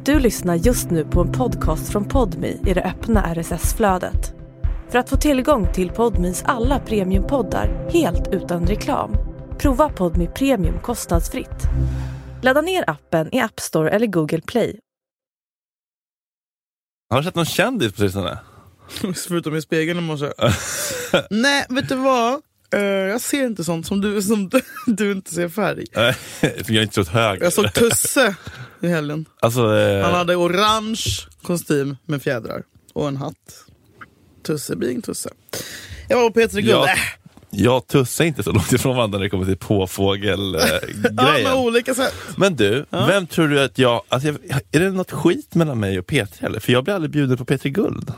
Du lyssnar just nu på en podcast från Podme i det öppna RSS-flödet. För att få tillgång till Podmes alla premiumpoddar helt utan reklam, prova Podme Premium kostnadsfritt. Ladda ner appen i App Store eller Google Play. Har du sett någon kändis på sistone? Förutom i spegeln måste jag. Nej, vet du vad? Jag ser inte sånt som du inte ser färg. Nej, för jag är inte så hög. Jag såg Tusse i helgen. Alltså, Han hade orange kostym med fjädrar och en hatt. Tusse, being Tusse. Jag var på Peter Guld. Jag tussar inte så långt ifrån varandra när det kommer till påfågel-grejen. Ja, med olika sätt. Men du, vem tror du att jag... Alltså, är det något skit mellan mig och Petri eller? För jag blir aldrig bjuden på Petri Guld.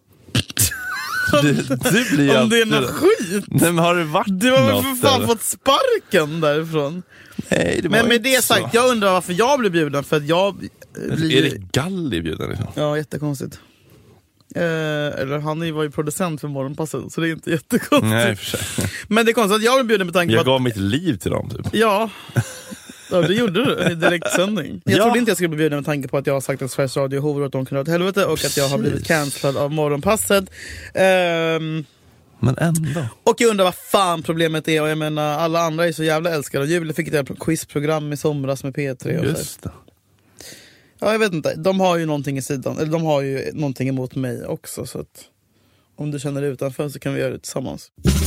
Du blir om det är något skit. Nej, men har det varit du har väl något, för fan eller? fått sparken därifrån. Nej, det var men med inte det sagt, så. jag undrar varför jag blir bjuden. För att jag blir... Är det Galli bjuden liksom? Ja, jättekonstigt. Eller han var ju producent för Morgonpasset, så det är inte jättekonstigt. Nej, för sig. Men det är konstigt att jag blir bjuden med tanke på Jag att... gav mitt liv till dem typ. Ja, det gjorde du i direktsändning. Jag trodde inte jag skulle bli bjuden med tanke på att jag har sagt att Sveriges Radio är horor åt de kunde åt helvete och att jag har blivit cancellad av Morgonpasset. Men ändå. Och jag undrar vad fan problemet är. Och jag menar, alla andra är så jävla älskade. Och Julia fick ett quizprogram i somras med P3 och Just det. Ja, jag vet inte. De har ju någonting i sidan. Eller de har ju någonting emot mig också. Så att om du känner det utanför så kan vi göra det tillsammans.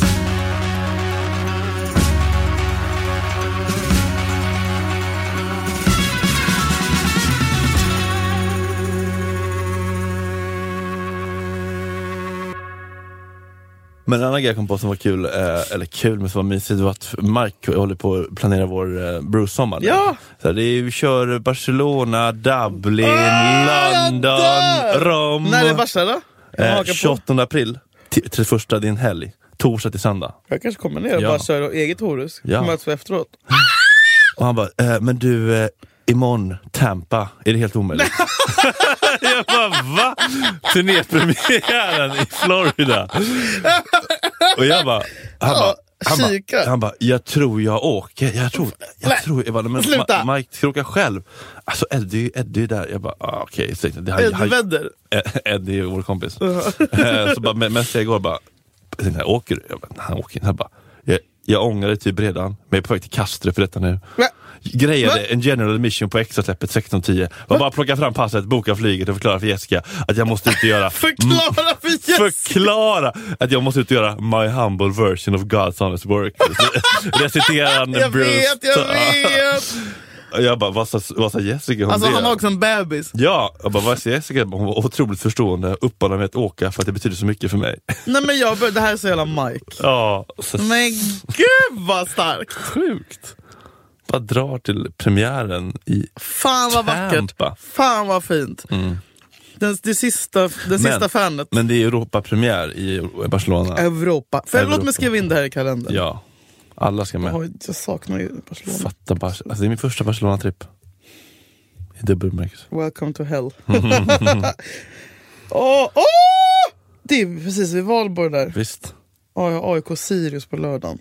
Men en annan grej jag kom på som var kul, eller kul men som var mysigt, var att Mark håller på att planera vår Bruce-sommar. Ja! Så vi kör Barcelona, Dublin, London, Rom. När är Barcelona då? 28 april, 31 din helg. Torsdag till söndag. Jag kanske kommer ner och bara kör eget horus. Ja. Möts vi efteråt. Och han bara, men du, imorgon, Tampa, är det helt omöjligt? Jag bara, va? Turnépremiären i Florida. Och jag bara, han bara, jag tror jag åker. Jag tror jag bara, men Mike ska åka själv. Alltså Eddie är där. Jag bara, okej. Eddie Vedder. Eddie är vår kompis. Så bara, men jag igår bara, åker du? Jag bara, han åker inte. Han bara, jag ångrar det typ redan. Men jag är på väg till Kastrup för detta nu. Grejade en general admission på extrasläppet 16:10. Var bara plocka fram passet, boka flyget och förklara för Jessica att jag måste inte göra förklara att jag måste inte göra my humble version of God's honest work. Reciterande jag Bruce. Jag vet. Och jag bara, vad sa Jessica? Alltså han har också en bebis. Ja, jag bara, vad sa Jessica? Hon var otroligt förstående, uppmanade mig att åka för att det betyder så mycket för mig. Nej men det här är så jävla Mike. Ja. Men gud vad starkt. Sjukt. Bara drar till premiären i fan vad Tampa. Vackert. Fan vad fint. Det sista fanet. Men det är Europa-premiär i Barcelona. Europa. Låt mig skriva in det här i kalendern. Ja, alla ska med. Jag saknar ju Barcelona. Fatta Barcelona. Alltså, det är min första Barcelona-tripp. I dubbelmärkes. Welcome to hell. Det är precis vid Valborg där. Visst. AIK Sirius på lördagen.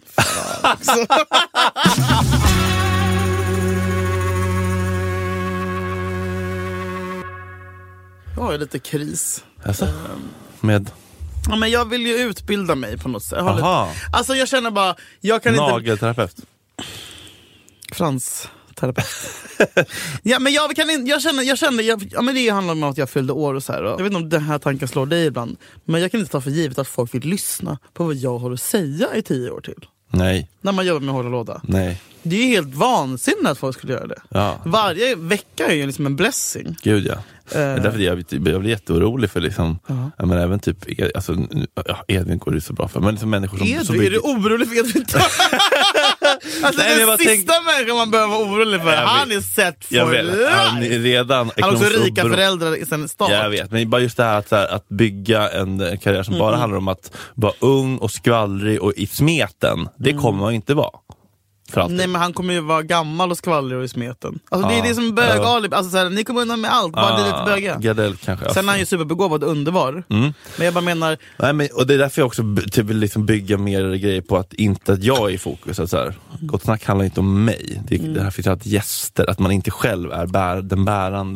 Jag har lite kris. Alltså, med... Ja, men jag vill ju utbilda mig på något sätt. Alltså jag känner bara, jag kan inte... Nagelterapeut. Fransterapeut. Ja, men jag känner men det handlar om att jag fyllde år och så här. Och jag vet inte om den här tanken slår dig ibland. Men jag kan inte ta för givet att folk vill lyssna på vad jag har att säga i 10 år till. Nej. När man jobbar med att hålla låda. Nej. Det är ju helt vansinnigt att folk skulle göra det. Ja. Varje vecka är ju liksom en blessing. Gud ja. Därför jag blir jätteorolig för liksom, jag menar, även typ alltså, Edvin går det så bra för, men liksom människor som Edvin, är du orolig för Edvin? Alltså nej, den sista människan man behöver vara orolig för. Han är set for life. Han är redan han har också rika föräldrar sen start. Jag vet, men bara just det här att bygga en karriär som bara handlar om att vara ung och skvallrig och i smeten, det kommer man inte vara. Nej, men han kommer ju vara gammal och skvallrig och i smeten. Alltså det är det som bögalib. Alltså såhär, ni kommer undan med allt, bara det är lite böga. Gadell kanske. Sen är han ju superbegåvad och underbar. Men jag bara menar... Nej, men, och det är därför jag också vill liksom bygga mer grejer på att inte att jag är i fokus. Att så här, Gott snack handlar inte om mig. Det här finns alltid gäster, att man inte själv är den bärande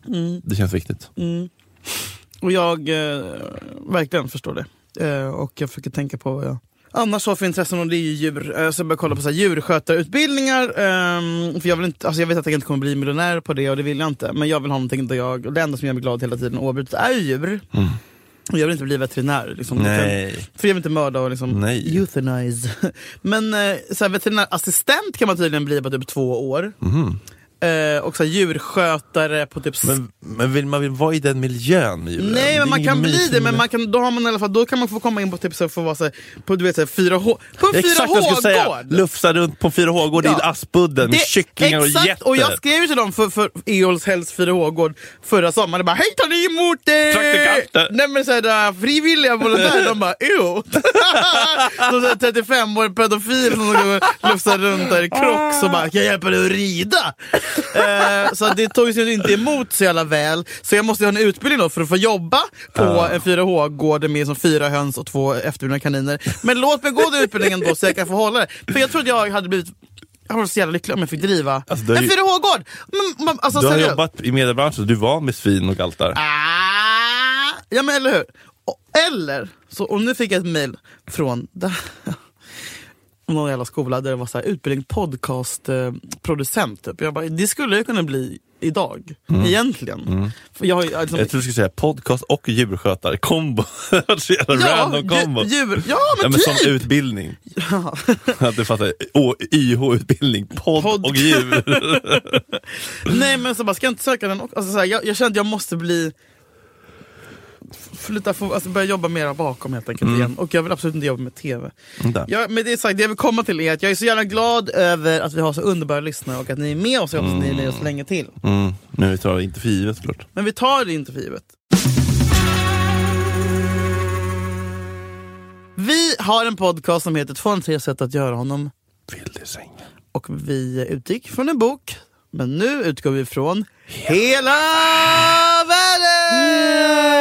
Det känns viktigt. Och jag verkligen förstår det. Och jag försöker tänka på vad jag annars har för intressen, och det är ju djur. Så jag börjar kolla på så här djurskötarutbildningar. För jag vill inte, alltså jag vet att jag inte kommer bli miljonär på det, och det vill jag inte. Men jag vill ha någonting där och det enda som gör mig glad hela tiden oavbrutet är djur. Och jag vill inte bli veterinär liksom. Nej. För jag vill inte mörda och liksom euthanize. Men så här, veterinärassistent kan man tydligen bli på typ 2 år. Och så här, djurskötare på typ... Men vill man vara i den miljön med djuren? Nej, men man kan bli det, men man kan, då har man i alla fall, då kan man få komma in på typ så för vara så här, på, du vet, så här, 4H på en 4H-gård. Lufsa runt på en 4H-gård i Aspudden med kycklingar och getter. Och jag skrev ju till dem för Eolshells 4H-gård förra sommaren. Det bara, hej, tar ni emot det? Nej, men såhär frivilliga volontärer, de bara, ew. Så 35 år pedofil som lufsar runt där i Crocs och bara, kan jag hjälpa dig att rida? Så det tog ju inte emot så jävla väl. Så jag måste ha en utbildning då för att få jobba på en 4H-gård med som 4 höns och 2 efterblivna kaniner. Men låt mig gå den utbildningen då så jag kan få hålla det. För jag trodde jag hade blivit... Jag var så jävla lycklig om jag fick driva en 4H-gård. Alltså, du har jobbat i mediebranschen, du var med svin och galtar. Ja, men eller hur? Och nu fick jag ett mejl från någon jävla skola där det var så här, utbildning podcastproducent typ. Jag bara, det skulle jag kunna bli idag egentligen. För jag tror du skulle säga podcast och djurskötare kombo. Random kombo. Men typ. Som utbildning. Ja. Att du fattar, YH-utbildning, podd och djur. Nej, men så bara, ska jag inte söka den? Alltså, så här, jag kände att jag måste bli börja jobba mer bakom helt enkelt igen. Och jag vill absolut inte jobba med tv. Men det är sagt, det jag vill komma till är att jag är så jävla glad över att vi har så underbara lyssnare och att ni är med oss och att ni är med oss länge till. Men vi tar det inte för givet, såklart. Men vi tar det inte för givet. Vi har en podcast som heter 203 sätt att göra honom vild i sängen. Och vi utgick från en bok. Men nu utgår vi från hela världen!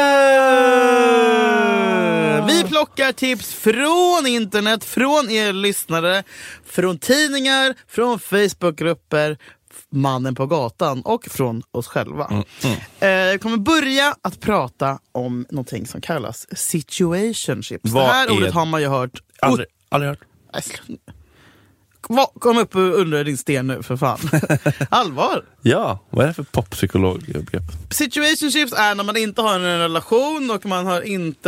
Vi plockar tips från internet, från er lyssnare, från tidningar, från Facebookgrupper, mannen på gatan och från oss själva. Jag kommer börja att prata om någonting som kallas situationships. Det här ordet har man ju hört. Aldrig hört. Kom upp under din sten nu för fan. Allvar. Ja, vad är det för poppsykolog-begrepp? Situationships är när man inte har en relation och man har inte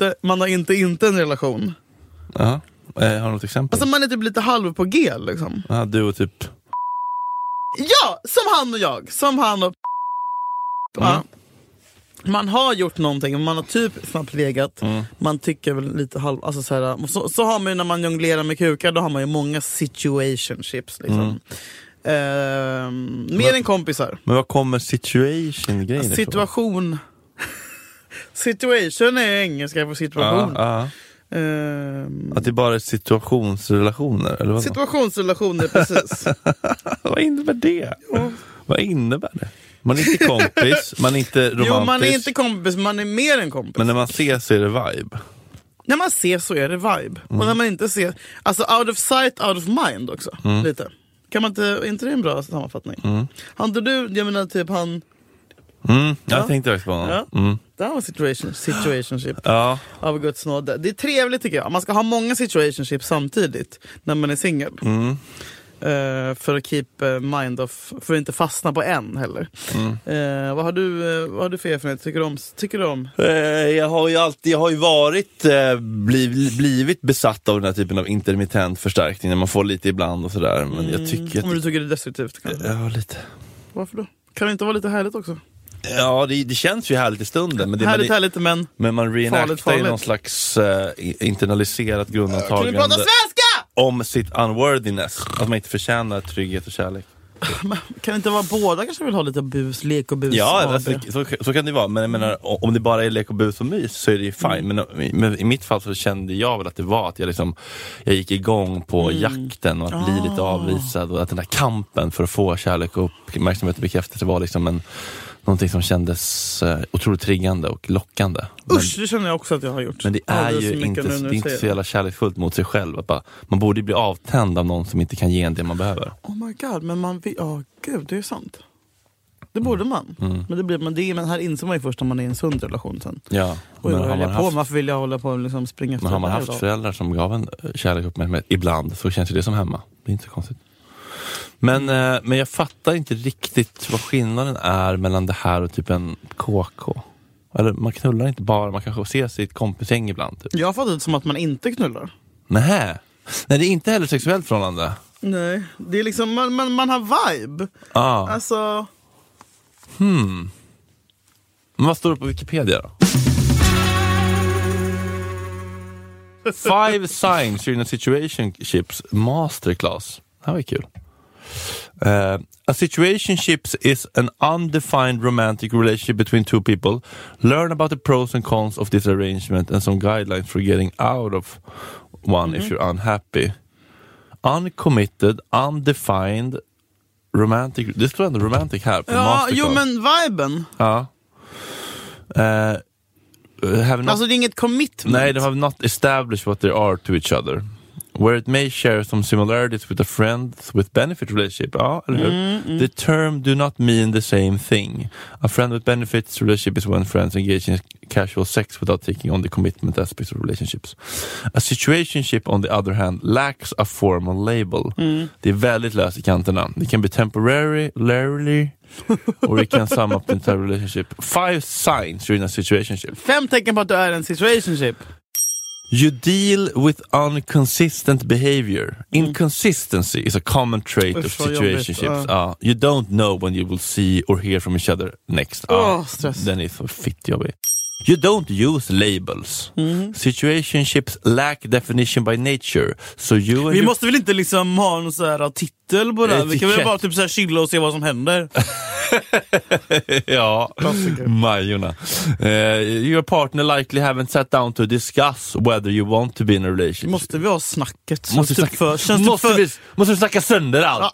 en relation. Ja, har du något exempel? Alltså man är typ lite halv på G liksom. Ja, du och typ... Ja, som han och jag. Som han och... Ja. Man har gjort någonting, man har typ snabbt legat. Man tycker väl lite halv... Alltså så har man ju när man jonglerar med kukar, då har man ju många situationships liksom. Mer än kompisar. Men vad kommer situation-grejen ifrån? Situation. Situation är engelska för situation. Att det bara är situationsrelationer, eller vad? Situationsrelationer, precis. Vad innebär det? Vad innebär det? Man är inte kompis, man är inte romantisk. Jo, man är inte kompis, man är mer än kompis. Men när man ser så är det vibe. När man ser så är det vibe. Och när man inte ser... Alltså out of sight, out of mind också. Lite. Kan man inte det är en bra sammanfattning? Hade du, jag menar typ han... Jag tänkte också på honom. Det här var situationship av Guds nåde. Det är trevligt tycker jag. Man ska ha många situationships samtidigt när man är singel. För att keep mind off, för att inte fastna på en heller. Vad har du för erfarenhet? Tycker du om? Jag har ju varit blivit besatt av den här typen av intermittent förstärkning när man får lite ibland och sådär. Men jag tycker om du tycker det är destruktivt kanske? Ja, lite. Varför då? Kan det inte vara lite härligt också? Ja, det känns ju härligt i stunden. Men härligt, men man reenactar ju någon slags internaliserat grundantagande. Kan du prata svenska? Om sitt unworthiness. Att man inte förtjänar trygghet och kärlek. Kan det inte vara båda kanske vill ha lite lek och bus? Ja, alltså, så kan det vara. Men jag menar, om det bara är lek och bus och mys så är det ju fine. Men i mitt fall så kände jag väl att det var att jag gick igång på jakten och att bli lite avvisad. Och att den där kampen för att få kärlek och uppmärksamhet och bekräftelse var liksom någonting som kändes otroligt triggande och lockande. Usch, det känner jag också att jag har gjort. Men det är ju inte så jävla kärleksfullt mot sig själv. Att man borde bli avtänd av någon som inte kan ge en det man behöver. Oh my god, men man vill... gud, det är sant. Det borde man. Men här inser man ju först när man är i en sund relation sen. Ja. Och varför vill jag hålla på och liksom springa efter? Men har man haft föräldrar som gav en kärlek och uppmärksamhet ibland, så känns det som hemma. Det är inte så konstigt. Men jag fattar inte riktigt vad skillnaden är mellan det här och typ en KK. Eller man knullar inte bara, man kanske ser sitt kompisgäng ibland. Typ. Jag har fattat det som att man inte knullar. Nej, det är inte heller sexuellt förhållande. Nej, det är liksom, man har vibe. Alltså... Men vad står det på Wikipedia då? 5 signs you're in a situationships masterclass. Det här var kul. A situationship is an undefined romantic relationship between two people. Learn about the pros and cons of this arrangement and some guidelines for getting out of one if you're unhappy. Uncommitted, undefined, romantic. Det står ändå romantic här på masterclass. Jo, men viben. Ja. Alltså det är inget commitment. Nej, they have not established what they are to each other. Where it may share some similarities with a friends with benefit relationship. Ja, eller hur? The term do not mean the same thing. A friend with benefits relationship is when friends engage in casual sex without taking on the commitment aspects of relationships. A situationship, on the other hand, lacks a formal label. Det är väldigt löst i kanterna. It can be temporary, or it can sum up the entire relationship. 5 signs you're in a situationship. 5 tecken på att du är en situationship. You deal with inconsistent behavior. Inconsistency is a common trait of situationships. You don't know when you will see or hear from each other next. Den är så fittjobbig. You don't use labels. Situationships lack definition by nature. So vi måste väl inte liksom ha någon så här titel på det. Vi kan väl bara typ så här chilla och se vad som händer. Ja, Majorna. Your partner likely haven't sat down to discuss whether you want to be in a relationship. Måste vi ha snacket? Måste vi snacka sönder allt?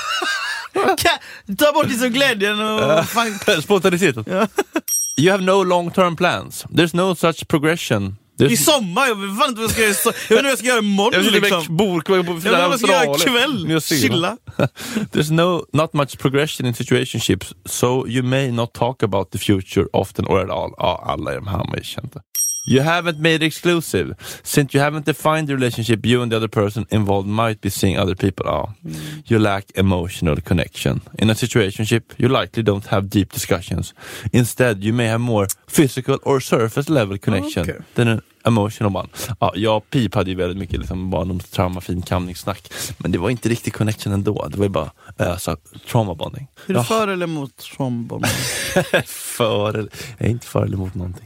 Ta bort liksom glädjen och spontaniteten. You have no long-term plans. There's no such progression. I sommar, jag vet inte vad jag ska göra imorgon. Jag vet inte vad jag ska göra ikväll. Chilla. There's not much progression in situationships, so you may not talk about the future often or at all. Alla är de här har man känt. You haven't made it exclusive. Since you haven't defined the relationship, you and the other person involved might be seeing other people. You lack emotional connection. In a situationship, you likely don't have deep discussions. Instead, you may have more physical or surface level connection than an emotional one. Jag och Pip hade ju väldigt mycket liksom barndomstrauma, fin kamningssnack. Men det var inte riktigt connection ändå. Det var ju bara trauma bonding. Är du för eller emot trauma bonding? Jag är inte för eller emot någonting.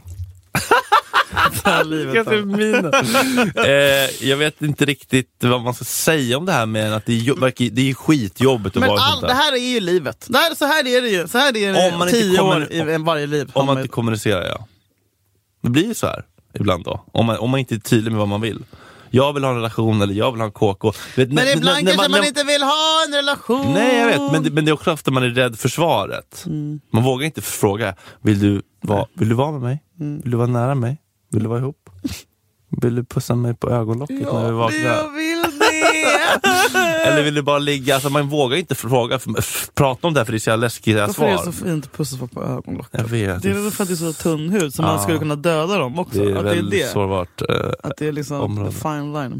Jag vet inte riktigt vad man ska säga om det här, men att det är skitjobbigt att men vara sånt där. Det här är ju livet. Så här är det ju. Så här är det om man 10 år i varje liv. Om man inte kommunicerar, det blir ju så här ibland då. Om man inte är tydlig med vad man vill. Jag vill ha en relation eller jag vill ha en KK. Men ibland kanske man inte vill ha en relation. Nej, jag vet. Men det är också ofta man är rädd för svaret. Man vågar inte fråga, vill du vara med mig? Vill du vara nära mig? Vill du vara ihop? Vill du pussa mig på ögonlocket när vi vaknar? Jag vill det! Eller vill du bara ligga? Alltså man vågar inte fråga, prata om det här för det är så jävla läskiga svar. Varför är det så fint att pussa folk på ögonlocket? Jag vet. Det är för att det är så tunn hud så man skulle kunna döda dem också. Det är väldigt sårbart att det är liksom område. Fine line.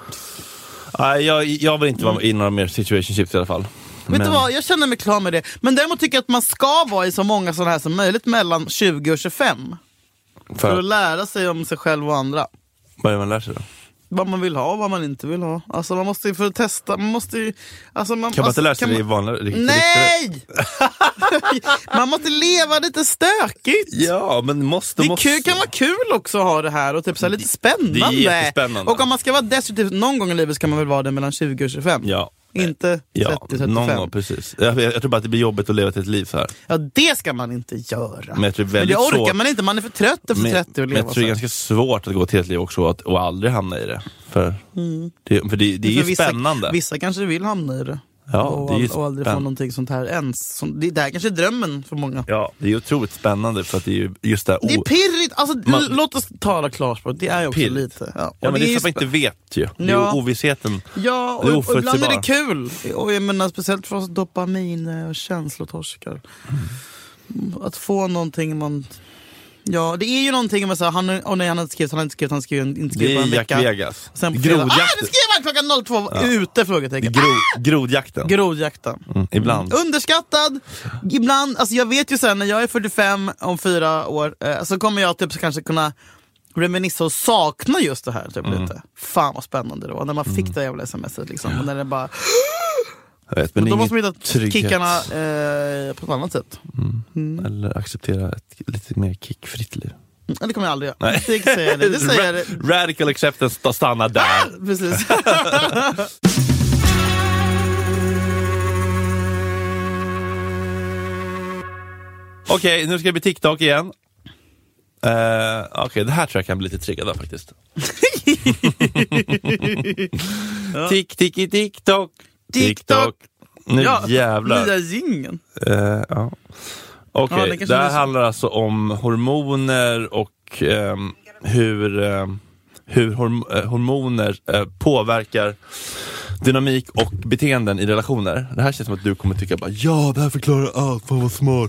Jag vill inte vara i några mer situationships i alla fall. Vet du vad, jag känner mig klar med det. Men däremot tycker jag att man ska vara i så många sådana här som möjligt mellan 20 och 25. För att lära sig om sig själv och andra. Vad är man lär sig då? Vad man vill ha och vad man inte vill ha. Alltså man måste ju för att testa. Man måste ju, alltså man, kan man inte lära sig det i vanliga... Nej! Man måste leva lite stökigt. Ja, men det kan vara kul också att ha det här och typ så här lite spännande. Det är jättespännande. Och om man ska vara destruktiv någon gång i livet ska man väl vara det mellan 20 och 25. Ja. Inte 30-35. Någon gång, precis. Jag tror bara att det blir jobbigt att leva till ett liv så här. Ja, det ska man inte göra. Men det orkar man inte, man är för trött efter 30 att leva. Men jag tror det är ganska svårt att gå till ett liv också och aldrig hamna i det. För det är ju spännande. Vissa kanske vill hamna i det. Ja, och aldrig få någonting sånt här ens. Det här kanske är drömmen för många. Ja, det är otroligt spännande för att det är ju just det. Det är pirrigt, alltså, låt oss tala klarspråk. Det är ju också pirrigt. Lite. Ja, men det är så att man inte vet ju. Det är ovissheten. Ja, och ibland är det kul. Och jag menar speciellt för oss dopamin och känslotorskar. Att få någonting man... Ja, det är ju någonting med så han hade skrivit på en vecka. Det är Jack Vegas. Grodjakten. Det skrev han klockan 02 ute, frågetecken. Grodjakten. Ibland. Underskattad. Ibland, alltså jag vet ju sen när jag är 45 om 4 år så kommer jag typ kanske kunna reminissa och sakna just det här typ lite. Fan vad spännande det var när man fick det jävla sms'et liksom. Och när det bara... Men då måste man hitta kickarna på ett annat sätt. Eller acceptera ett lite mer kickfritt liv. Det kommer jag aldrig göra. Nej. Det säger det. Säger det. Radical acceptance stannar där. Precis. Okej, nu ska det bli TikTok igen. Okej, det här tror jag kan bli lite triggad av faktiskt. TikTok. TikTok. Nu jävlar. Nya jingeln. Ja. Okej, det här handlar alltså om hormoner och hur hormoner påverkar dynamik och beteenden i relationer. Det här känns som att du kommer tycka bara, ja, det här förklarar allt, fan vad smart.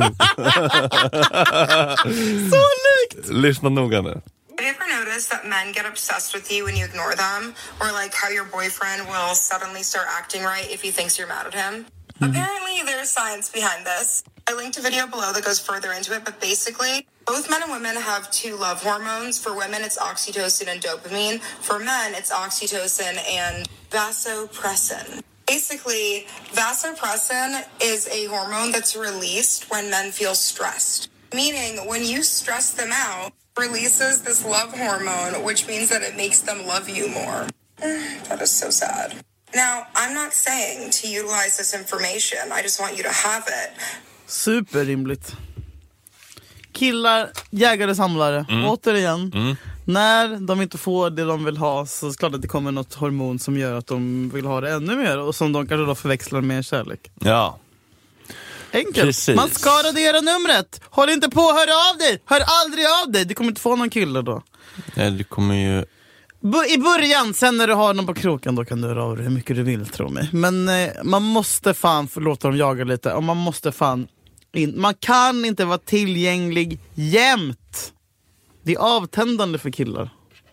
Så likt! Lyssna noga nu. Have you ever noticed that men get obsessed with you when you ignore them? Or like how your boyfriend will suddenly start acting right if he thinks you're mad at him? Apparently there's science behind this. I linked a video below that goes further into it, but basically both men and women have 2 love hormones. For women it's oxytocin and dopamine. For men it's oxytocin and vasopressin. Basically, vasopressin is a hormone that's released when men feel stressed. Meaning when you stress them out, releases this love hormone, which means that it makes them love you more. That is so sad. Now, I'm not saying to utilize this information. I just want you to have it. Superrimligt. Killar, jägare, samlare. Återigen. När de inte får det de vill ha så klart att det kommer något hormon som gör att de vill ha det ännu mer. Och som de kanske då förväxlar med kärlek. Ja. Enkelt. Precis. Man ska radera numret. Håll inte på, hör av dig. Hör aldrig av dig. Du kommer inte få någon kille då. Nej, du kommer ju... I början, sen när du har någon på kroken, då kan du höra av dig hur mycket du vill, tro mig. Men man måste fan låta dem jaga lite. Och man måste fan... Man kan inte vara tillgänglig jämt. Det är avtändande för killar.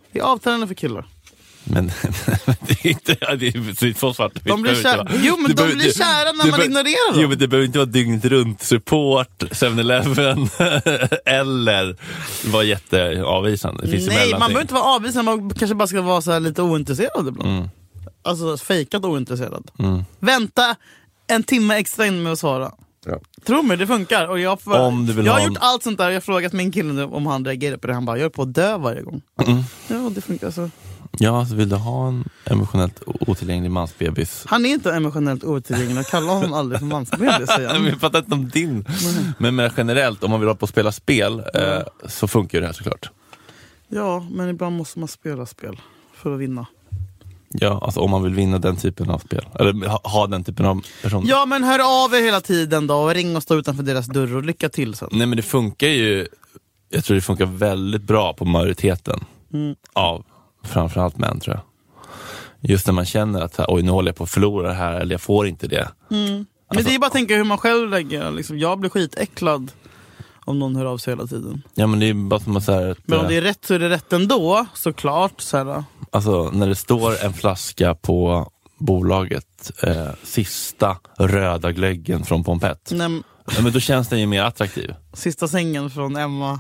Men det är inte, det är så svart. De blir kära. Jo, men de blir kära när man ignorerar dem. Jo, men det behöver inte vara dygnet runt support, 7-Eleven eller vara jätteavvisande. Nej, man behöver inte vara avvisande. Man kanske bara ska vara så här lite ointresserad ibland. Alltså fejkat ointresserad. Vänta en timme extra in med att svara. Ja. Tro mig, det funkar. Och jag har gjort allt sånt där. Jag har frågat min kille om han reagerar på det. Han bara, jag är på att dö varje gång. Ja, det funkar så. Ja, så vill du ha en emotionellt otillgänglig mansbebis? Han är inte emotionellt otillgänglig. Jag kallar honom aldrig för mansbebis. Jag fattar inte om din. Men generellt, om man vill ha på att spela spel så funkar det här såklart. Ja, men ibland måste man spela spel för att vinna. Ja, alltså om man vill vinna den typen av spel. Eller ha den typen av person. Ja, men hör av er hela tiden då. Och ring och stå utanför deras dörr och lycka till sen. Nej, men det funkar ju... Jag tror det funkar väldigt bra på majoriteten av framförallt män, tror jag. Just när man känner att oj, nu håller jag på att förlora det här, eller jag får inte det. Men det är bara att tänka hur man själv lägger. Liksom, jag blir skitäcklad om någon hör av sig hela tiden. Ja, men det är bara som att säga... Men om det är rätt så är det rätt ändå, såklart. Så här. Alltså, när det står en flaska på bolaget, sista röda glöggen från Pompett. Nej, men då känns den ju mer attraktiv. Sista sängen från Emma.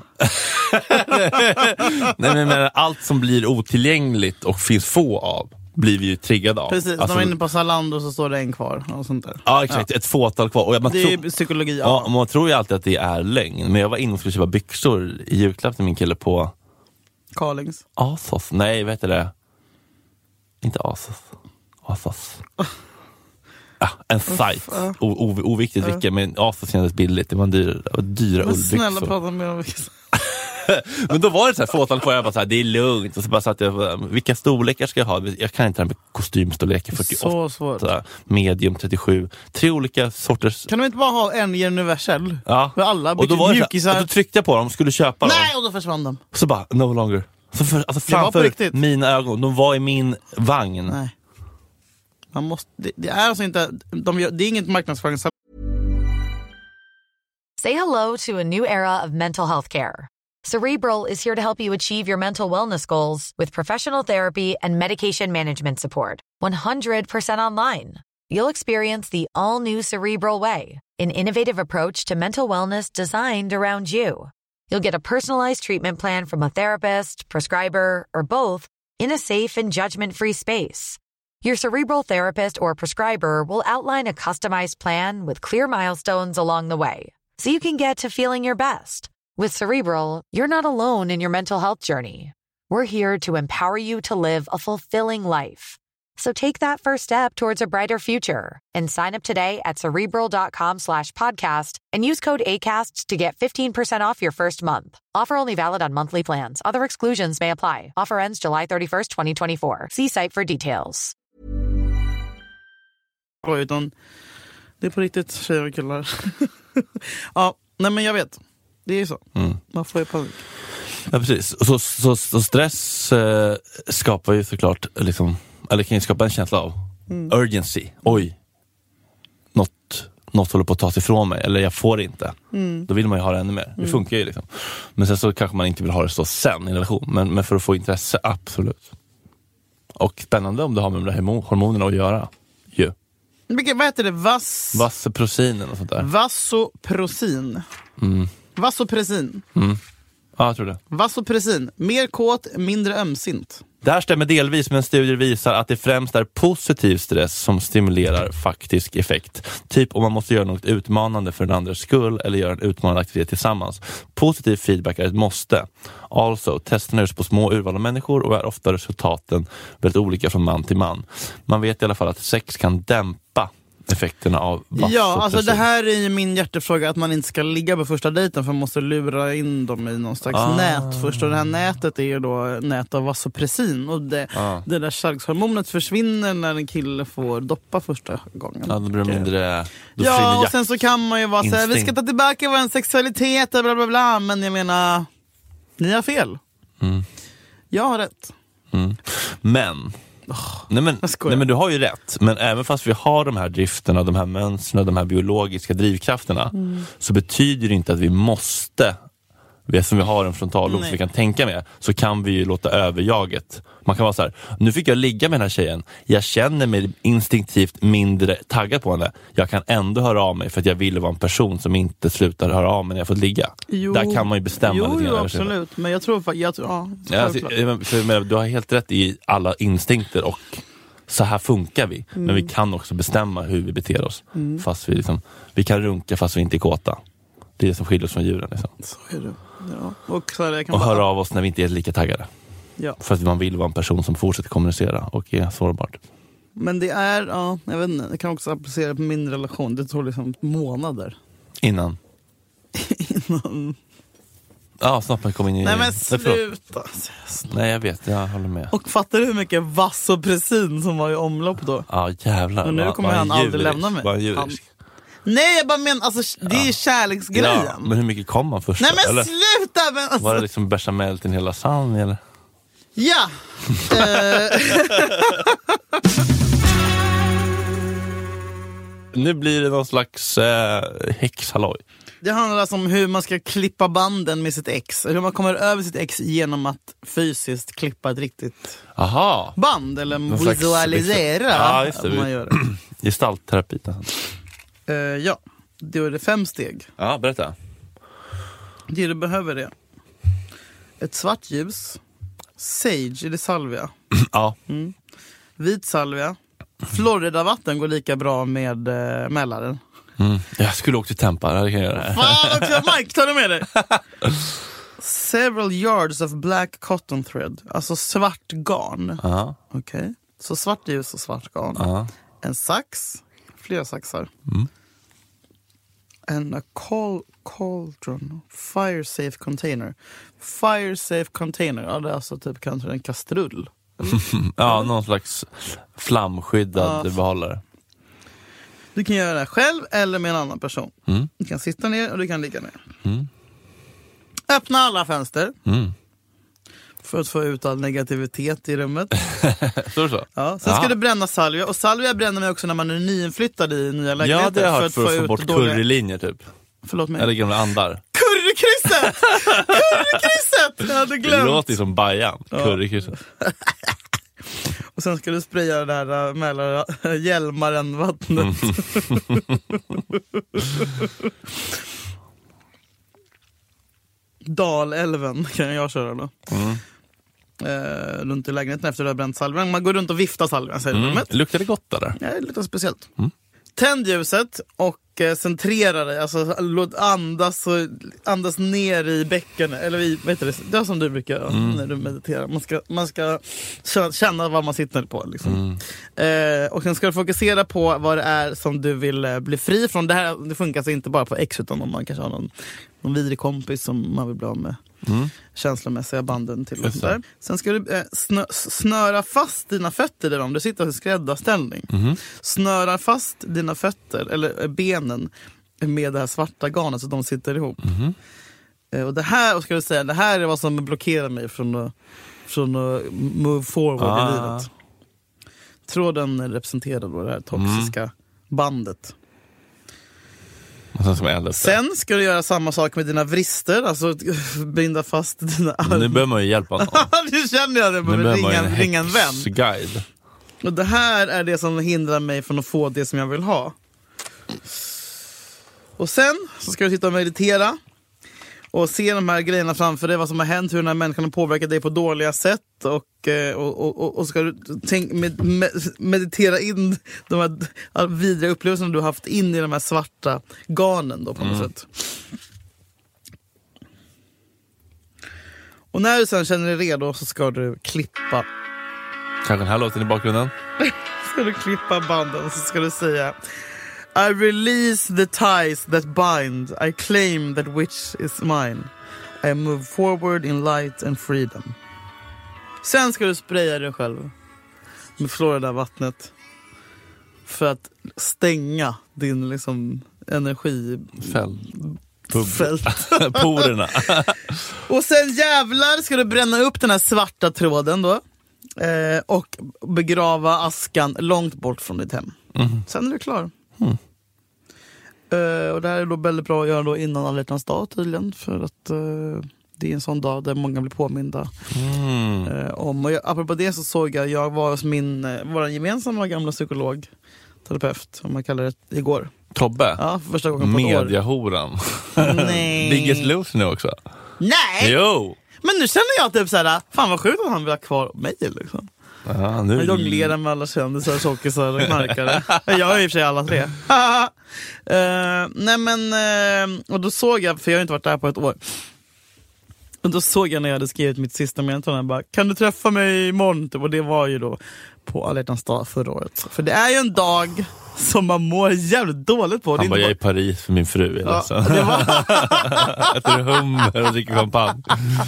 Nej, men allt som blir otillgängligt och finns få av blir vi ju triggade av. Precis, alltså, de är inne på Zalando så står det en kvar och sånt där. Ja, exakt, ett fåtal kvar. Och det är psykologi. Ja, man tror ju alltid att det är lögn. Men jag var inne och skulle köpa byxor i julklapp till min kille på Carlings. Asos. Nej, vet du det? Inte Asos. En sajt. Oviktigt vilka, men Asos kändes billigt. Det var dyra ullbyxor. Snälla, prata mer om vilka. Men då var det så här fåtal på, jag bara så här, det är lugnt. Och så bara satt jag, vilka storlekar ska jag ha? Jag kan inte det här med kostymstorlekar, 48, så svårt. medium 37. 3 olika sorters. Kan de inte bara ha en universell? Ja. För alla Och då var det mjukisar. så här, och då tryckte jag på dem, skulle köpa dem. Nej, och då försvann de. Så bara, no longer. Så alltså framför mina ögon, de var i min vagn. Nej. Man måste, det är alltså inte, det är inget marknadsföring. Say hello to a new era of mental health care. Cerebral is here to help you achieve your mental wellness goals with professional therapy and medication management support. 100% online. You'll experience the all-new Cerebral way, an innovative approach to mental wellness designed around you. You'll get a personalized treatment plan from a therapist, prescriber, or both in a safe and judgment-free space. Your Cerebral therapist or prescriber will outline a customized plan with clear milestones along the way, so you can get to feeling your best. With Cerebral, you're not alone in your mental health journey. We're here to empower you to live a fulfilling life. So take that first step towards a brighter future and sign up today at Cerebral.com/podcast and use code ACAST to get 15% off your first month. Offer only valid on monthly plans. Other exclusions may apply. Offer ends July 31st, 2024. See site for details. Utan det är på riktigt tjejer och killar. Ja, nej men jag vet. Det är så. Man får ju panik. Ja, precis. Så stress skapar ju såklart liksom, eller kan ju skapa en känsla av urgency. Oj, något håller på att ta sig ifrån mig, eller jag får det inte. Då vill man ju ha det ännu mer. Det funkar ju liksom. Men sen så kanske man inte vill ha det så sen i en relation. Men för att få intresse, absolut. Och spännande om det har med de där hormonerna att göra. Ju. Vad heter det? Vasopressinen och sånt där. Vasopressin. Vasopressin. Ja, jag tror det. Vasopressin. Mer kåt, mindre ömsint. Det här stämmer delvis, men studier visar att det främst är positiv stress som stimulerar faktisk effekt. Typ om man måste göra något utmanande för den andras skull eller göra en utmanande aktivitet tillsammans. Positiv feedback är ett måste. Also, testerna görs på små urval av människor och är ofta resultaten väldigt olika från man till man. Man vet i alla fall att sex kan dämpa effekterna av vasopressin. Ja, alltså det här är ju min hjärtefråga, att man inte ska ligga på första dejten för man måste lura in dem i någon slags nät först. Och det här nätet är ju då nät av vasopressin. Och det där kärlekshormonet försvinner när en kille får doppa första gången. Ja, då blir det mindre... Ja, och sen så kan man ju vara såhär, vi ska ta tillbaka vår sexualitet, bla bla bla. Men jag menar, ni har fel. Jag har rätt. Men... Nej men du har ju rätt. Men även fast vi har de här drifterna, de här mönstren, de här biologiska drivkrafterna, så betyder det inte att vi måste, som vi har en frontallob som vi kan tänka med, så kan vi ju låta överjaget. Man kan vara så här: nu fick jag ligga med den här tjejen, jag känner mig instinktivt mindre taggad på henne, jag kan ändå höra av mig för att jag vill vara en person som inte slutar höra av mig när jag får ligga. Där kan man ju bestämma lite grann. Jo, absolut. Men jag tror du har helt rätt i alla instinkter, och så här funkar vi. Men vi kan också bestämma hur vi beter oss. Fast vi liksom, vi kan runka fast vi inte är kåta. Det är det som skiljer oss från djuren liksom. Så är det. Ja. Och höra av oss när vi inte är lika taggade. Ja. För att man vill vara en person som fortsätter kommunicera och är sårbart. Men det är, jag vet inte, det kan också applicera på min relation. Det tar liksom månader. Innan. Ja, snart man kommer in i... Nej men sluta. Nej, jag vet, jag håller med. Och fattar du hur mycket vasopressin som var i omlopp då? Ja, jävlar. Och nu kommer han aldrig lämna mig. Nej, jag bara menar, alltså, det är kärleksgrejen. Ja, men hur mycket kom man först? Nej men eller? sluta! Men, alltså. Var det liksom bechamel till en hel lasagne eller? Ja! Nu blir det någon slags häxhalloj. Det handlar alltså om hur man ska klippa banden med sitt ex. Hur man kommer över sitt ex genom att fysiskt klippa ett riktigt band. Eller visualisera. Ja, just det. Man gör det. Gestaltterapi. Ja, då är det 5 steg. Ja, berätta. Det du behöver är ett svart ljus, sage, är det salvia? Ja. Vit salvia. Florida vatten går lika bra med Mälaren. Jag skulle åka till Tampa, det kan jag göra. Fan också, Mike, ta det med dig. Several yards of black cotton thread. Alltså svart garn. Okej. Så svart ljus och svart garn. En sax. Flera saxar. And a cauldron. Fire safe container. Fire safe container. Ja, det är alltså typ kanske en kastrull. Ja, någon slags flamskyddad behållare. Du kan göra det själv eller med en annan person. Du kan sitta ner och du kan ligga ner. Öppna alla fönster. För att få ut all negativitet i rummet. Så. Ja, sen ska du bränna salvia. Och salvia bränner man också när man är nyinflyttad i nya lägenheter. Ja, det har jag hört, för att få bort currylinjer typ. Förlåt mig. Eller gamla andar. Currykrysset! Currykrysset! Jag hade glömt. Det låter ju som Bajan. Currykrysset. Och sen ska du spraya det här Hjälmaren-vattnet. Dalälven kan jag köra då. Runt i lägenheten efter att du har bränt salvan. Man går runt och viftar salvan. Luktar det gott eller? Ja, det luktar speciellt. Tänd ljuset och centrera dig. Alltså låt andas ner i bäcken. Eller det är som du brukar när du mediterar. Man ska känna vad man sitter på. Liksom. Och sen ska du fokusera på vad det är som du vill bli fri från. Det funkar alltså inte bara på ex, utan om man kanske har någon vidrig kompis som man vill bli av med känslomässiga banden till. Där. Sen ska du snöra fast dina fötter där om du sitter i skräddarställning. Snöra fast dina fötter eller benen med det här svarta garnet så de sitter ihop. Och det här är vad som blockerar mig från att move forward i livet. Tråden representerar då det här toxiska bandet. Sen ska du göra samma sak med dina vrister, alltså binda fast dina armar. Nu behöver man ju hjälpa någon. Nu känner jag att jag behöver ringa en vän. Guide. Och det här är det som hindrar mig från att få det som jag vill ha. Och sen så ska du sitta och meditera och se de här grejerna framför dig, vad som har hänt, hur den här människan har påverkat dig på dåliga sätt, och ska du meditera in de här vidriga upplevelserna du har haft in i de här svarta garnen då på något sätt. Och när du sen känner dig redo så ska du klippa. Kanske den här låten i bakgrunden. Ska du klippa banden så ska du säga: I release the ties that bind. I claim that which is mine. I move forward in light and freedom. Sen ska du spraya dig själv med Florida-vattnet för att stänga din liksom energifält. Porerna. Och sen jävlar ska du bränna upp den här svarta tråden då. Och begrava askan långt bort från ditt hem. Sen är du klar. Och det här är då väldigt bra att göra då innan alla hjärtans dag tydligen, för att det är en sån dag där många blir påminda om. Och apropå det så såg jag var hos vår gemensamma gamla psykolog, terapeut, om man kallar det, igår. Tobbe? Ja, för första gången på ett år. Mediahoran. Nej. Biggest Loser nu också. Nej! Jo! Men nu känner jag typ såhär, fan vad sjukt att han vill ha kvar mig liksom. Jag jonglerar med alla kändisar, tjockisar och knarkare. Jag är i och för sig alla tre. Nej men, och då såg jag, för jag har inte varit där på ett år, och då såg jag när jag hade skrivit mitt sista meddelande, bara, kan du träffa mig imorgon? Och det var ju då på alla hjärtans dag förra året. För det är ju en dag som man mår jävligt dåligt på. Han bara, jag är i Paris för min fru. Ja, det var... äter hummer och dricker champagne.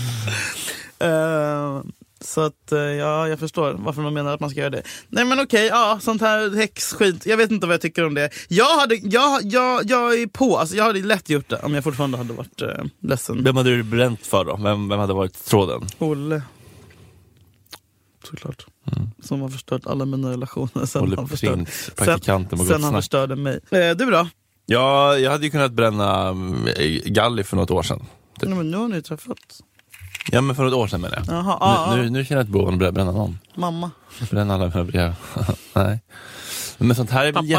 Så att, ja, jag förstår varför man menar att man ska göra det. Nej men okej, ja, sånt här häxskit. Jag vet inte vad jag tycker om det. Jag är på, alltså jag hade lätt gjort det om jag fortfarande hade varit ledsen. Vem hade du bränt för då? Vem hade varit tråden? Olle. Såklart. Som har förstört alla mina relationer. Sen Olle han förstörde. Sen han förstörde mig. Du då? Ja, jag hade ju kunnat bränna Galli för något år sedan. Typ. Nej, men nu har ni träffats. Ja, men för något år sedan menar jag. Jaha, nu känner jag ett behov att bränna någon. Mamma. Bränna alla mina brev. Nej. Men sånt här är väl...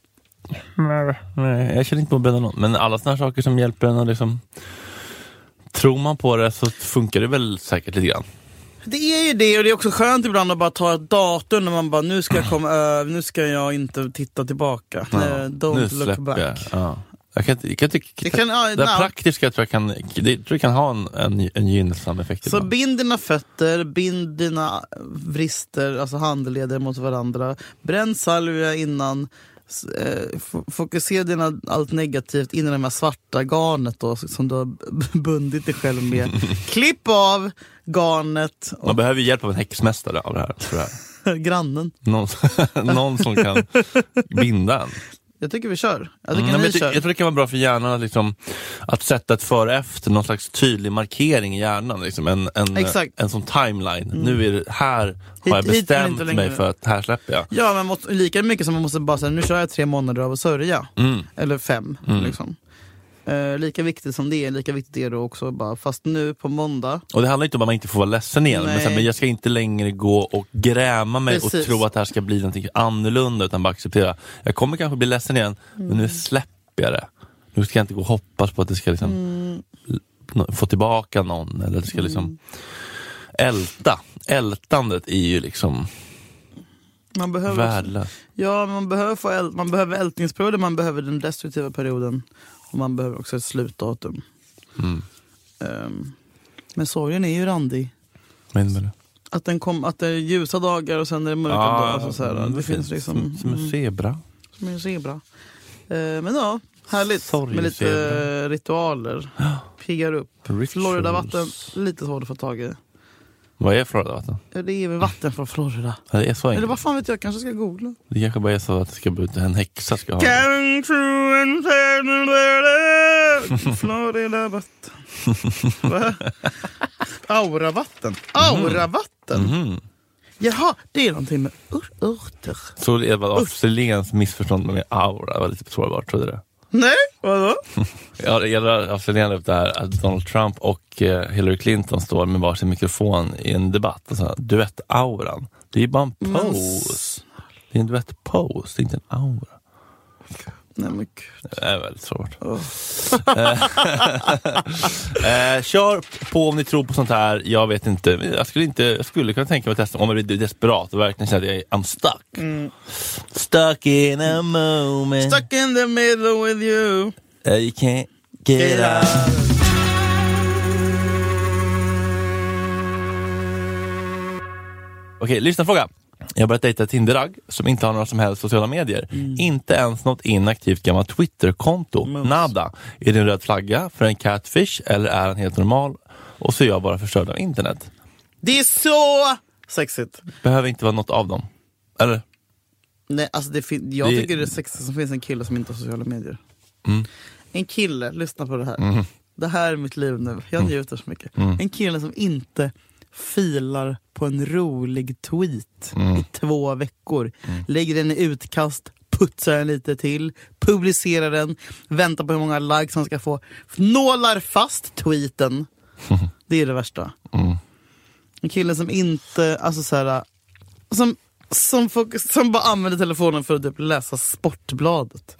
Nej, jag känner inte på att bränna någon. Men alla såna här saker som hjälper en och liksom... Tror man på det så funkar det väl säkert lite grann. Det är ju det, och det är också skönt ibland att bara ta ett datum när man bara, nu ska jag komma över, nu ska jag inte titta tillbaka. Ja, Don't look back. Ja. Jag kan tycka det praktiska tror jag kan ha en gynnsam effekt. Så bind dina fötter, bind dina vrister, alltså handleder mot varandra. Bränn salvia innan. fokusera dina allt negativt in i det här svarta garnet då, som du har bundit dig själv med. Klipp av garnet. Man behöver ju hjälp av en häxmästare av det här, tror jag. Grannen. Någon som kan binda en. Jag tycker vi kör. Jag tror det kan vara bra för hjärnan att, liksom, att sätta ett före efter, någon slags tydlig markering i hjärnan. Liksom. En sån timeline. Nu är det här, har jag bestämt mig för att här släpper jag. Ja, men lika mycket som man måste bara säga, nu kör jag 3 månader av att sörja. Eller 5. Liksom. Lika viktigt som det är, lika viktigt är det också bara, fast nu på måndag. Och det handlar inte om att man inte får vara ledsen igen, men jag ska inte längre gå och gräma mig och tro att det här ska bli någonting annorlunda, utan bara acceptera. Jag kommer kanske bli ledsen igen, men nu släpper jag det. Nu ska jag inte gå och hoppas på att det ska liksom få tillbaka någon, eller det ska liksom ältandet är ju liksom värdelöst. Ja, man behöver ältningsperioden, man behöver den destruktiva perioden. Och man behöver också ett slutdatum. Men sorgen är ju randig. Men att det är ljusa dagar och sen är det mörka dagar. Alltså så här, det finns liksom... Som en zebra. Som en zebra. Men ja, härligt. Sorry, med lite ritualer. Piggar upp. Florida-vatten, lite svårt att få tag i. Vad är Florida-vatten? Ja, det är väl vatten från Florida. Ja, det är så enkelt. Eller vad fan vet jag, kanske ska googla. Det kanske bara är så att det ska bli en häxa ska ha Florida-vatten. Auravatten. Auravatten. Jaha, det är någonting med örter. Så det var Australiens missförstånd med aura. Det var lite sårbart, trodde det. Nej, vadå? Ja, det gäller Australien upp det här att Donald Trump och Hillary Clinton står med varsin mikrofon i en debatt och så duett-auran. Det är bara en pose. Det är en duett-pose, det är inte en aura. Nej, men gud. Det är väldigt svårt. Kör på om ni tror på sånt här. Jag vet inte. Jag skulle kunna tänka mig att testa om jag blir desperat och verkligen säga att I'm stuck. Stuck in a moment. Stuck in the middle with you. You can't get out. Okej, lyssna-fråga. Jag har börjat dejta Tinderag som inte har några som helst sociala medier. Inte ens något inaktivt gammalt Twitter-konto. Nada. Är det en röd flagga för en catfish eller är han helt normal? Och så är jag bara förstörd av internet. Det är så sexigt. Behöver inte vara något av dem. Eller? Nej, alltså jag tycker det är sexigt som finns en kille som inte har sociala medier. En kille, lyssna på det här. Det här är mitt liv nu. Jag njuter så mycket. En kille som inte filar på en rolig tweet i 2 veckor. Lägger den i utkast, putsar den lite till, publicerar den, väntar på hur många likes han ska få, nålar fast tweeten. Det är det värsta. En kille som inte, alltså så här, som bara använder telefonen för att typ läsa Sportbladet.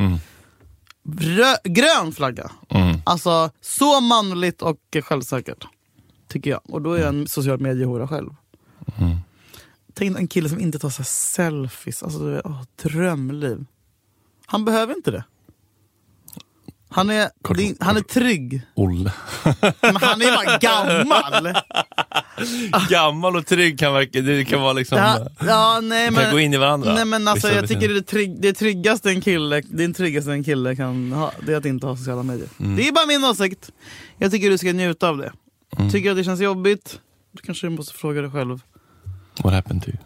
Grön flagga. Alltså så manligt och självsäkert, tycker jag. Och då är jag en social mediehora själv. Tänk en kille som inte tar sig selfies. Alltså, drömliv. Han behöver inte det. Han är trygg. Olle. Men han är bara gammal. Gammal och trygg kan vara liksom... Nej, kan gå in i varandra. Nej, men alltså, jag tycker det tryggaste en kille kan ha, det är att inte ha sociala medier. Det är bara min åsikt. Jag tycker du ska njuta av det. Tycker att det känns jobbigt, då kanske du måste fråga dig själv. What happened to you?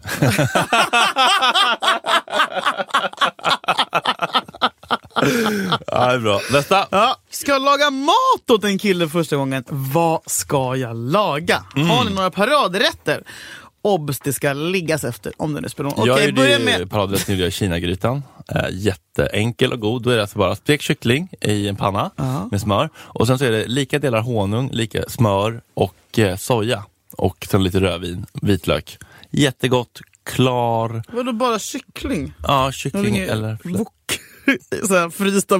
Ja, det är bra. Nästa. Ja, ska jag laga mat åt en kille första gången? Vad ska jag laga? Har ni några paradrätter? Obs, det ska liggas efter om den är spelad. Okej, börja med paradrätten. Nu gör jag Kina-grytan. Jätteenkel och god. Då är det alltså bara stekt kyckling i en panna med smör. Och sen så är det lika delar honung, lika smör och soja. Och sen lite rödvin, vitlök. Jättegott, klar. Vadå, bara kyckling? Ja, kyckling eller... Såhär frysta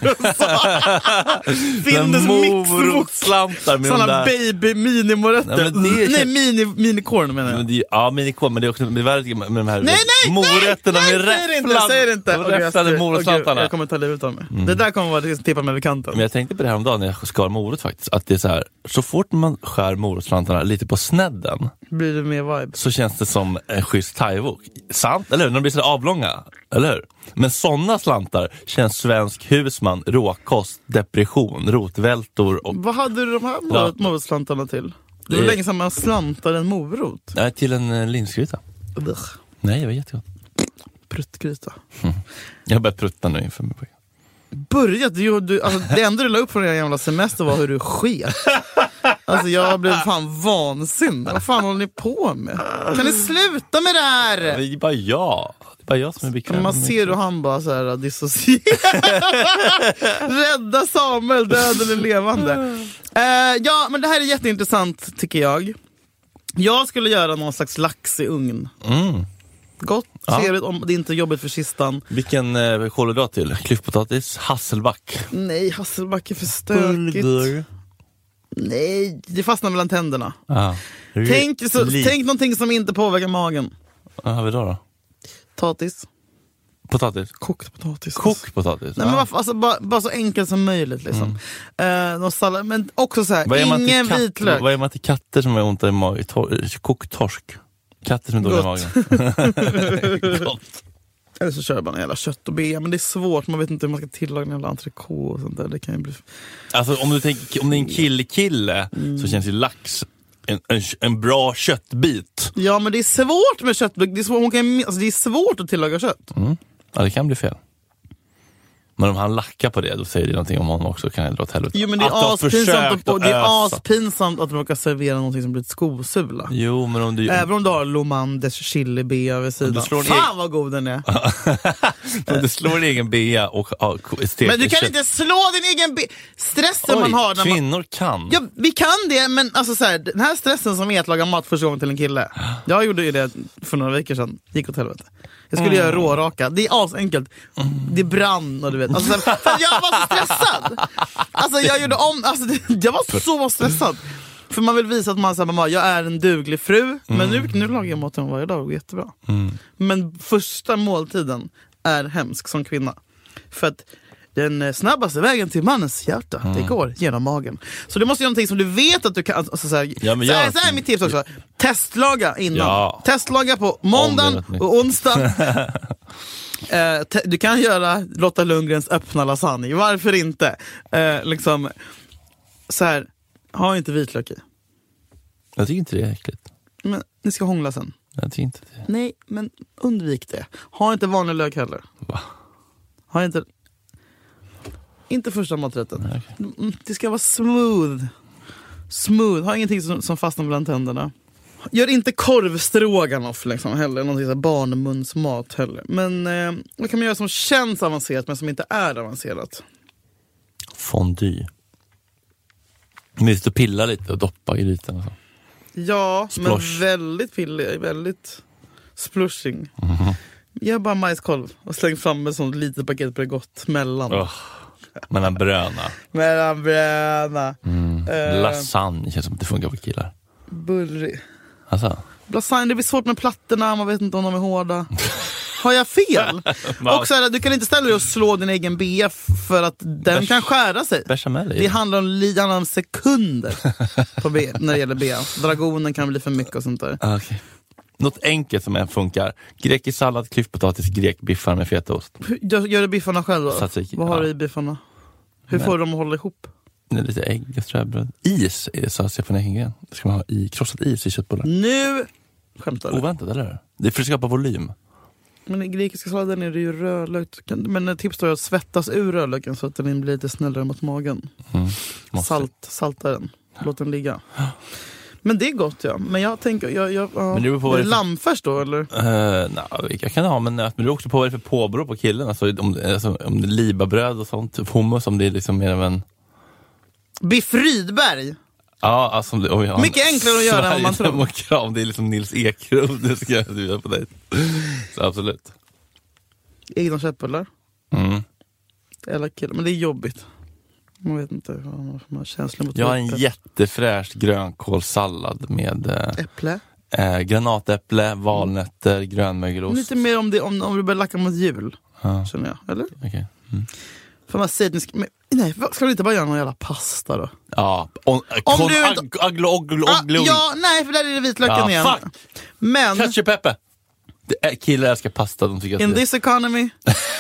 Findus morotslantar med såna baby minimorätter. Nej, minikorn menar jag. Ja, minikorn, men det är också med de här morötterna med räfflade morotslantarna. Jag kommer ta livet av mig. Det där kommer vara det som tippar mig vid kanten. Men jag tänkte på det här om dagen när jag skar morot faktiskt, att det är så här, så fort man skär morotslantarna lite på snedden blir det mer vibe. Så känns det som en schysst thai-wok. Sant, eller hur? När de blir så avlånga. Eller hur? Men sådana slantar känns svensk husman, råkost, depression, rotvältor och... Vad hade du de här morotslantarna till? Det var länge sedan man slantar en morot. Nej, till en linsgryta. Nej, det var jättegott. Pruttgryta. Jag har börjat prutta nu inför mig. Alltså, det enda du la upp från den jävla semester var hur du sket. Alltså jag blev fan vansinnig. Vad fan håller ni på med? Kan ni sluta med det här? Det är bara jag. Det är bara jag som är bekväm. Man ser hur han bara så här dissocierar. Rädda Samuel, död eller levande. Ja, men det här är jätteintressant tycker jag. Jag skulle göra någon slags lax i ugn. Gott, trevligt om det inte är jobbigt för kistan. Vilken kolhydrat till? Klyftpotatis, hasselback. Nej, hasselback är för stökigt. Bulgur. Nej, det fastnar mellan tänderna. Tänk någonting som inte påverkar magen. Vad har vi då? Potatis. Potatis? Kokt potatis. Kokt potatis? Nej, men alltså, bara så enkelt som möjligt liksom. Sallad, men också så här, ingen vitlök. Vad är man till katter som har ont i magen? Kokt torsk. Katter som är dåliga i magen. Gott. Eller så kör man en jävla kött och bea, men det är svårt, man vet inte hur man ska tillaga en jävla entrecote och sånt där. Det kan ju bli... Alltså om det är en kille så känns ju lax en bra köttbit. Ja, men det är svårt med köttbit. Det är svårt att tillaga kött. Ja, det kan bli fel. Men om han lackar på det, då säger det någonting om honom också. Kan jag dra åt helvete. Jo, men det är aspinsamt att du råkar servera någonting som blir ett skosula. Jo, men om du... Även om du har Lomandes chili bea vid sidan. Fan vad god den är. Men du slår din egen bea och men du kan inte slå din egen bea. Stressen man har när kvinnor kan. Ja, vi kan det, men alltså så här, den här stressen som är att laga mat första gången till en kille. Jag gjorde ju det för några veckor sedan. Gick åt helvete. Jag skulle göra råraka. Det är asenkelt. Det brann och du vet. Alltså, för jag var så stressad. Alltså jag gjorde om. Alltså, jag var så stressad. För man vill visa att man säger mamma, jag är en duglig fru. Men nu lagar jag maten varje dag och jättebra. Men första måltiden är hemsk som kvinna. För att den snabbaste vägen till mannens hjärta, det går genom magen. Så det måste göra någonting som du vet att du kan. Alltså, så här är mitt tips också. Testlaga innan. Ja. Testlaga på måndagen och onsdag. Du kan göra Lotta Lundgrens öppna lasagne. Varför inte? Liksom, så här, ha inte vitlök i. Jag tycker inte det är äckligt. Men ni ska hångla sen. Jag tycker inte det. Nej, men undvik det. Ha inte vanlig lök heller. Va? Ha inte första maträtten. Okay. Det ska vara smooth. Ha ingenting som fastnar mellan tänderna. Gör inte korvstroganoff liksom heller. Någonting sån barnmunsmat heller. Men vad kan man göra som känns avancerat men som inte är avancerat? Fondue. Minst att pilla lite och doppa i grytan och så. Ja, splosh. Men väldigt pillig. Väldigt splushing. Gör bara majskolv och släng fram ett sånt litet paket på det gott mellan. Mellan bröna. Lasagne känns som att det funkar på killar. Burri. Alltså. Lasagne, det blir svårt med plattorna. Man vet inte om de är hårda. Har jag fel? Och så här, du kan inte ställa dig och slå din egen bea för att den kan skära sig. Det handlar om sekunder på när det gäller bea. Dragonen kan bli för mycket och sånt där. Okay. Något enkelt som funkar. Grekisk sallad, klyftpotatis, grekbiffar med fetaost. Gör du biffarna själv då? Vad har du i biffarna? Hur får du dem att hålla ihop? Det är lite ägg och ströbröd. Is är det så att jag får en egen. Det ska man ha i krossat is i köttbullar. Nu skämtar du. Oväntat, eller? Det är för att skapa volym. Men i grekiska salladen är det ju rödlök. Men tips då är att svettas ur rödlöken så att den blir lite snällare mot magen. Salta den. Låt den ligga. Men det är gott, ja. Men jag tänker... Men det är lammfärs då, eller? Nej, jag kan ha, men det är också på vad det är för påbrå på killen. Alltså, om det är libabröd och sånt. Hummus, om det är liksom mer av en... Biff Rydberg? Ja, alltså... Mycket enklare att göra än man tror. Om det är liksom Nils Ekrov, det ska jag bjuda på dig. Så absolut. Egna köttbullar? Eller killar, men det är jobbigt. Man vet inte vad man har känslan mot. Jag har en jättefräsch grönkålssallad med äpple, granatäpple, valnötter, grönmögelost. Lite mer om du börjar lacka mot jul, känner jag, eller? Okay. För man säger nej, ska du inte bara göra någon jävla pasta då? Ja, nej, för där är det vitlöken igen. Fuck. Men ketchup-peppe. Killar älskar pasta. De tycker att In this economy.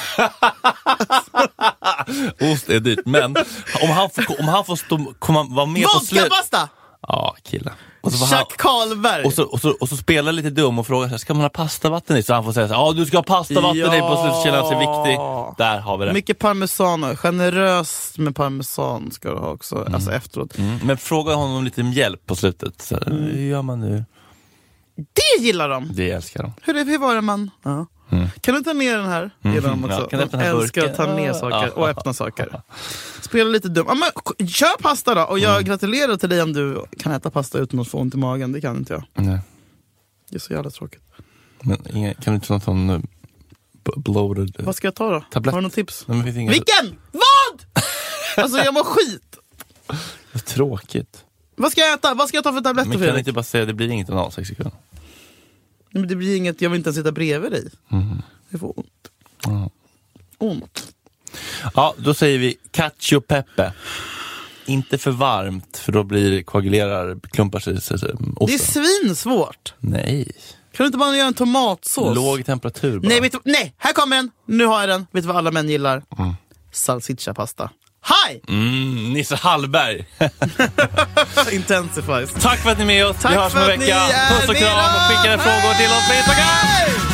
Ost är dyrt. Men om han får vara med på slut. Vodka-pasta! Ja, killar. Och så Chuck Karlberg. Och så spelar lite dum och frågar så här, ska man ha pastavatten i? Så han får säga så här, du ska ha pastavatten i på slutet, känner han sig viktig. Där har vi det. Mycket parmesan, generöst med parmesan ska du ha också, alltså efteråt. Men fråga honom lite om hjälp på slutet. Så här, hur gör man nu? Det gillar de. Det älskar de. Hur var det man? Ja. Kan du ta ner den här? Gillar de också. Ja, kan du öppna den här älskar burken? att ta ner saker och öppna saker. Spela lite dum. Men kör pasta då. Och jag gratulerar till dig om du kan äta pasta utan att få ont i magen. Det kan inte jag. Nej. Det är så jävla tråkigt. Men kan du inte ta någon sån bloated Vad ska jag ta då? tablett? Har du något tips? Nej, men finns inga... Vilken? Vad? Alltså jag mår skit. Vad tråkigt. Vad ska jag äta? Vad ska jag ta för tabletter, Men kan Fredrik? du inte bara säga det blir inget analsex ikväll? Men det blir inget, jag vill inte ens sitta bredvid dig. Det får ont. Ont. Ja, då säger vi cacio pepe. Inte för varmt, för då klumpar sig osten. Det är svinsvårt. Nej. Kan du inte bara göra en tomatsås? Låg temperatur bara. Nej, här kommer den. Nu har jag den. Vet du vad alla män gillar? Salsiccia-pasta. Hej! Nisse Hallberg. Intensifies. Tack för att ni är med oss. Vi hörs om en vecka. Puss och kram och skicka frågor till oss på Instagram.